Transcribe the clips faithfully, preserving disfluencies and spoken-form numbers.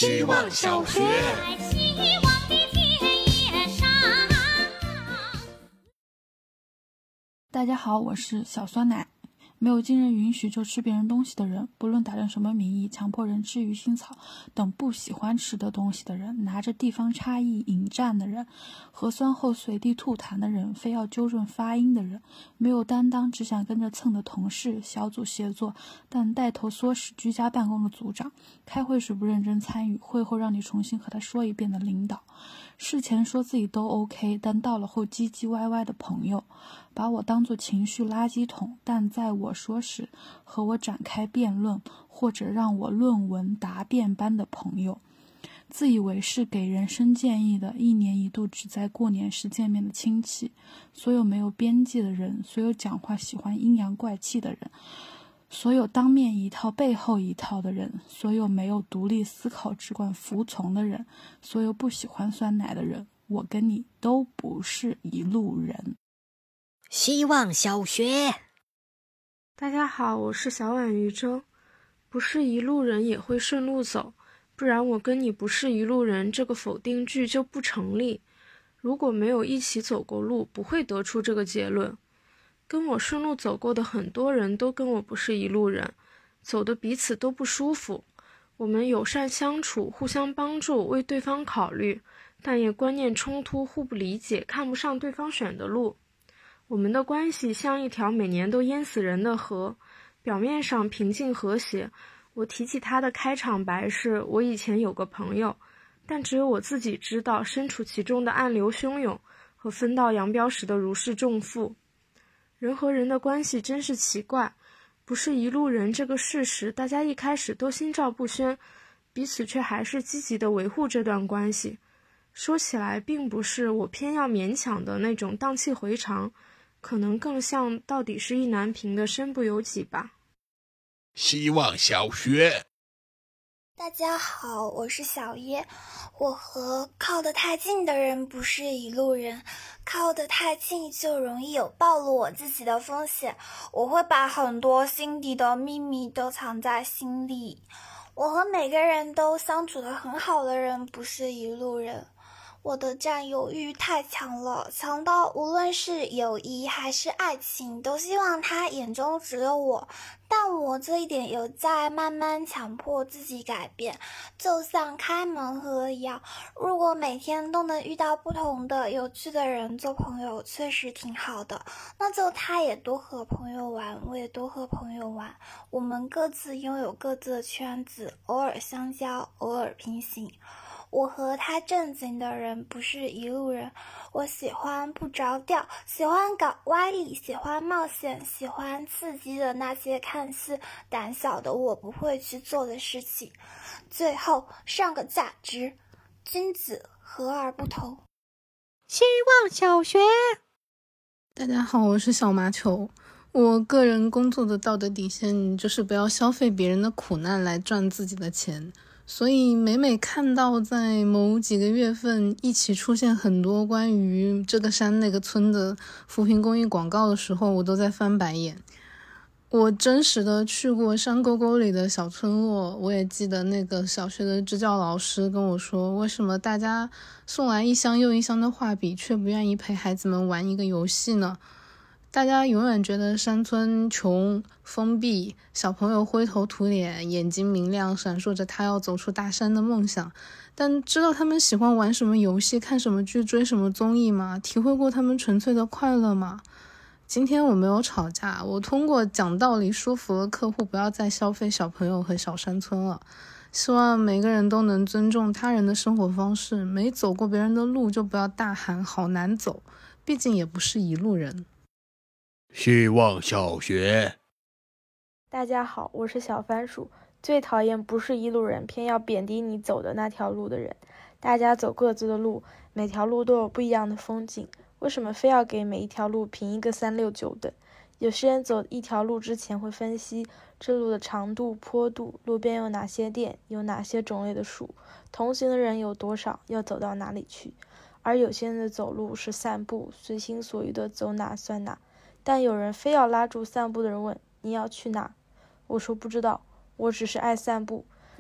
希望小学。 大家好，我是小酸奶。没有经人允许就吃别人东西的人，不论打着什么名义强迫人吃鱼腥草等不喜欢吃的东西的人，拿着地方差异引战的人，核酸后随地吐痰的人，非要纠正发音的人，没有担当只想跟着蹭的同事，小组协作但带头唆使居家办公的组长，开会时不认真参与，会后让你重新和他说一遍的领导，事前说自己都 OK 但到了后唧唧歪歪的朋友，把我当作情绪垃圾桶，但在我说时和我展开辩论或者让我论文答辩般的朋友，自以为是给人生建议的一年一度只在过年时见面的亲戚，所有没有边际的人，所有讲话喜欢阴阳怪气的人，所有当面一套背后一套的人，所有没有独立思考只管服从的人，所有不喜欢酸奶的人，我跟你都不是一路人。 希望小学。 大家好，我是小婉余舟。不是一路人也会顺路走，不然我跟你不是一路人这个否定句就不成立。如果没有一起走过路，不会得出这个结论。跟我顺路走过的很多人都跟我不是一路人，走的彼此都不舒服。我们友善相处，互相帮助，为对方考虑，但也观念冲突，互不理解，看不上对方选的路。我们的关系像一条每年都淹死人的河，表面上平静和谐。我提起他的开场白是我以前有个朋友，但只有我自己知道身处其中的暗流汹涌和分道扬镳时的如释重负。人和人的关系真是奇怪，不是一路人这个事实，大家一开始都心照不宣，彼此却还是积极地维护这段关系。说起来并不是我偏要勉强的那种荡气回肠，可能更像到底是意难平的身不由己吧。 希望小学。 大家好，我是小耶。我和靠得太近的人不是一路人，靠得太近就容易有暴露我自己的风险，我会把很多心底的秘密都藏在心里。我和每个人都相处得很好的人不是一路人。我的占有欲太强了，强到无论是友谊还是爱情，都希望他眼中只有我。但我这一点有在慢慢强迫自己改变，就像开盲盒一样，如果每天都能遇到不同的有趣的人做朋友，确实挺好的。那就他也多和朋友玩，我也多和朋友玩，我们各自拥有各自的圈子，偶尔相交，偶尔平行。我和他正经的人不是一路人，我喜欢不着调，喜欢搞歪理，喜欢冒险，喜欢刺激的那些看似胆小的我不会去做的事情。最后上个价值，君子和而不同。 希望小学。 大家好，我是小麻球。我个人工作的道德底线就是不要消费别人的苦难来赚自己的钱，所以每每看到在某几个月份一起出现很多关于这个山那个村的扶贫公益广告的时候，我都在翻白眼。我真实的去过山沟沟里的小村落，我也记得那个小学的支教老师跟我说，为什么大家送来一箱又一箱的画笔，却不愿意陪孩子们玩一个游戏呢？大家永远觉得山村穷封闭，小朋友灰头土脸，眼睛明亮，闪烁着他要走出大山的梦想。但知道他们喜欢玩什么游戏，看什么剧，追什么综艺吗？体会过他们纯粹的快乐吗？今天我没有吵架，我通过讲道理说服了客户不要再消费小朋友和小山村了。希望每个人都能尊重他人的生活方式，没走过别人的路就不要大喊好难走，毕竟也不是一路人。 希望小学。 大家好，我是小番薯。最讨厌不是一路人偏要贬低你走的那条路的人。大家走各自的路，每条路都有不一样的风景，为什么非要给每一条路评一个三六九等？有些人走一条路之前会分析这路的长度、坡度，路边有哪些店，有哪些种类的树，同行的人有多少，要走到哪里去。而有些人的走路是散步，随心所欲的走哪算哪。但有人非要拉住散步的人问，你要去哪？我说不知道，我只是爱散步。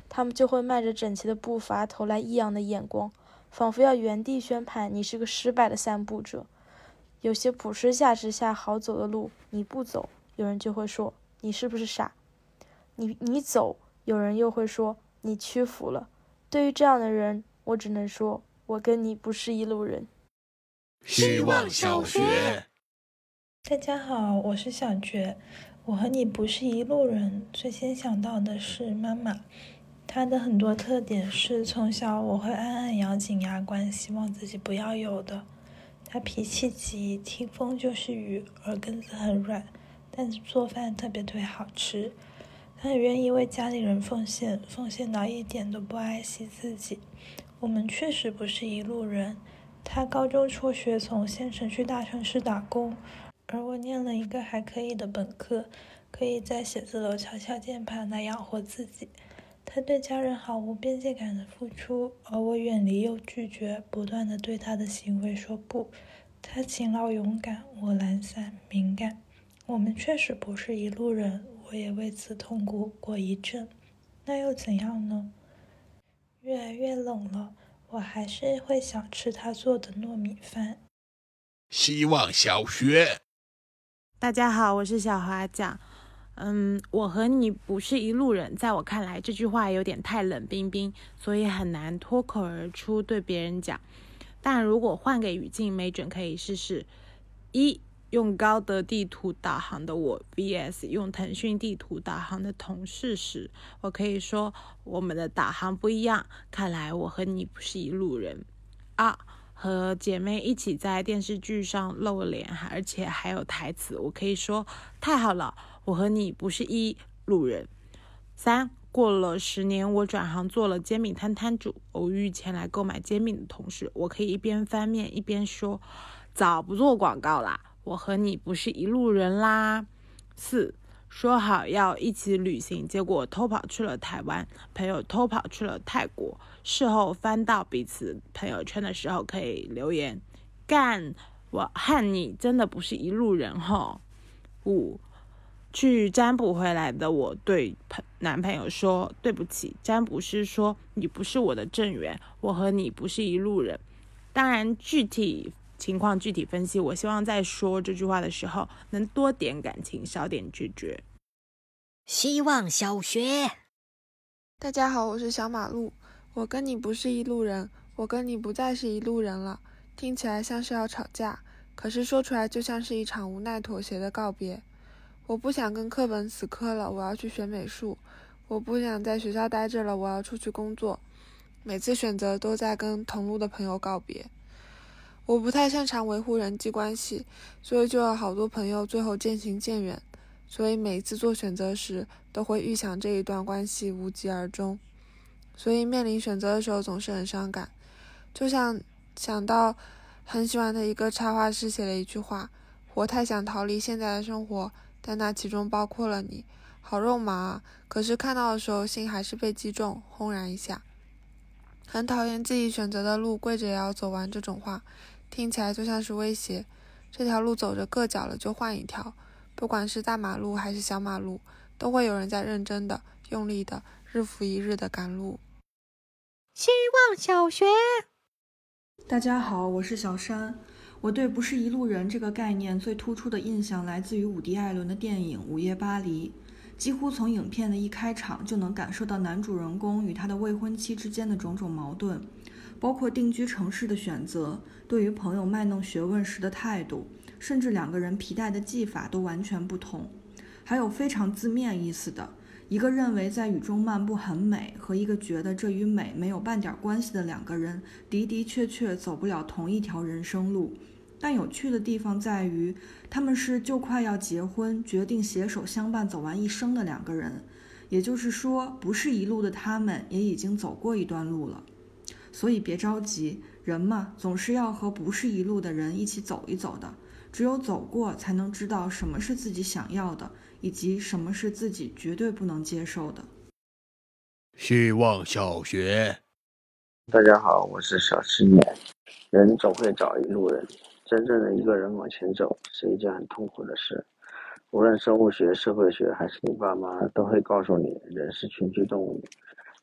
他们就会迈着整齐的步伐投来异样的眼光，仿佛要原地宣判你是个失败的散步者。有些普世价值下好走的路，你不走，有人就会说你是不是傻？你你走，有人又会说你屈服了。对于这样的人，我只能说，我跟你不是一路人。 希望小学。 大家好，我是小觉。我和你不是一路人，最先想到的是妈妈。她的很多特点是从小我会暗暗咬紧牙关，希望自己不要有的。她脾气急，听风就是雨，耳根子很软，但是做饭特别特别好吃。她很愿意为家里人奉献，奉献到一点都不爱惜自己。我们确实不是一路人。她高中辍学，从县城去大城市打工，而我念了一个还可以的本科，可以在写字楼敲敲键盘来养活自己。他对家人毫无边界感的付出，而我远离又拒绝，不断的对他的行为说不。他勤劳勇敢，我懒散敏感。我们确实不是一路人，我也为此痛苦过一阵。那又怎样呢？越来越冷了，我还是会想吃他做的糯米饭。 希望小学。 大家好，我是小华酱。嗯，我和你不是一路人，在我看来这句话有点太冷冰冰，所以很难脱口而出对别人讲。但如果换个语境，没准可以试试。一，用高德地图导航的我 V S 用腾讯地图导航的同事时，我可以说我们的导航不一样，看来我和你不是一路人。二，和姐妹一起在电视剧上露脸，而且还有台词，我可以说太好了，我和你不是一路人。三，过了十年，我转行做了煎饼摊摊主，偶遇前来购买煎饼的同事，我可以一边翻面一边说，早不做广告啦，我和你不是一路人啦。四，说好要一起旅行，结果偷跑去了台湾，朋友偷跑去了泰国，事后翻到彼此朋友圈的时候可以留言，干，我和你真的不是一路人吼。五，去占卜回来的我对男朋友说，对不起，占卜师说你不是我的正缘，我和你不是一路人。当然具体情况具体分析，我希望在说这句话的时候能多点感情，少点拒绝。 希望小学。 大家好，我是小马路。我跟你不是一路人，我跟你不再是一路人了。听起来像是要吵架，可是说出来就像是一场无奈妥协的告别。我不想跟课本死磕了，我要去学美术。我不想在学校待着了，我要出去工作。每次选择都在跟同路的朋友告别。我不太擅长维护人际关系，所以就有好多朋友最后渐行渐远。所以每一次做选择时，都会预想这一段关系无疾而终。所以面临选择的时候总是很伤感。就像想到很喜欢的一个插画师写了一句话，我太想逃离现在的生活，但那其中包括了你。好肉麻啊，可是看到的时候心还是被击中，轰然一下。很讨厌自己选择的路跪着也要走完，这种话听起来就像是威胁。这条路走着硌脚了就换一条，不管是大马路还是小马路，都会有人在认真的用力的日复一日的赶路。 希望小学。 大家好，我是小山。我对不是一路人这个概念最突出的印象来自于伍迪·艾伦的电影《午夜巴黎》。几乎从影片的一开场就能感受到男主人公与他的未婚妻之间的种种矛盾，包括定居城市的选择，对于朋友卖弄学问时的态度，甚至两个人皮带的技法都完全不同。还有非常字面意思的，一个认为在雨中漫步很美，和一个觉得这与美没有半点关系的两个人，的的确确走不了同一条人生路。但有趣的地方在于，他们是就快要结婚，决定携手相伴走完一生的两个人，也就是说，不是一路的他们也已经走过一段路了。所以别着急，人嘛，总是要和不是一路的人一起走一走的，只有走过才能知道什么是自己想要的，以及什么是自己绝对不能接受的。 希望小学。 大家好，我是小师爷。人总会找一路人，真正的一个人往前走是一件很痛苦的事。无论生物学、社会学还是你爸妈，都会告诉你人是群居动物。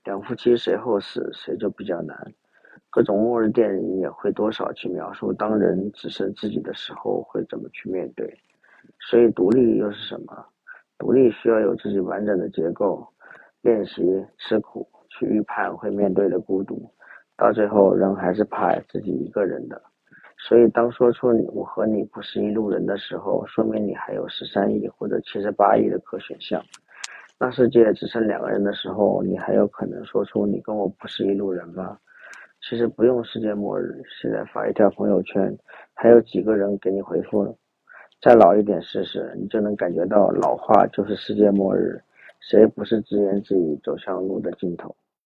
两夫妻谁后死谁就比较难。各种末日电影也会多少去描述当人只剩自己的时候会怎么去面对。所以独立又是什么？独立需要有自己完整的结构，练习吃苦，去预判会面对的孤独，到最后人还是怕自己一个人的。所以当说出你我和你不是一路人的时候，说明你还有十三亿或者七十八亿的可选项。当世界只剩两个人的时候，你还有可能说出你跟我不是一路人吗？其实不用世界末日，现在发一条朋友圈，还有几个人给你回复了。再老一点试试，你就能感觉到老化就是世界末日，谁不是自言自语走向路的尽头。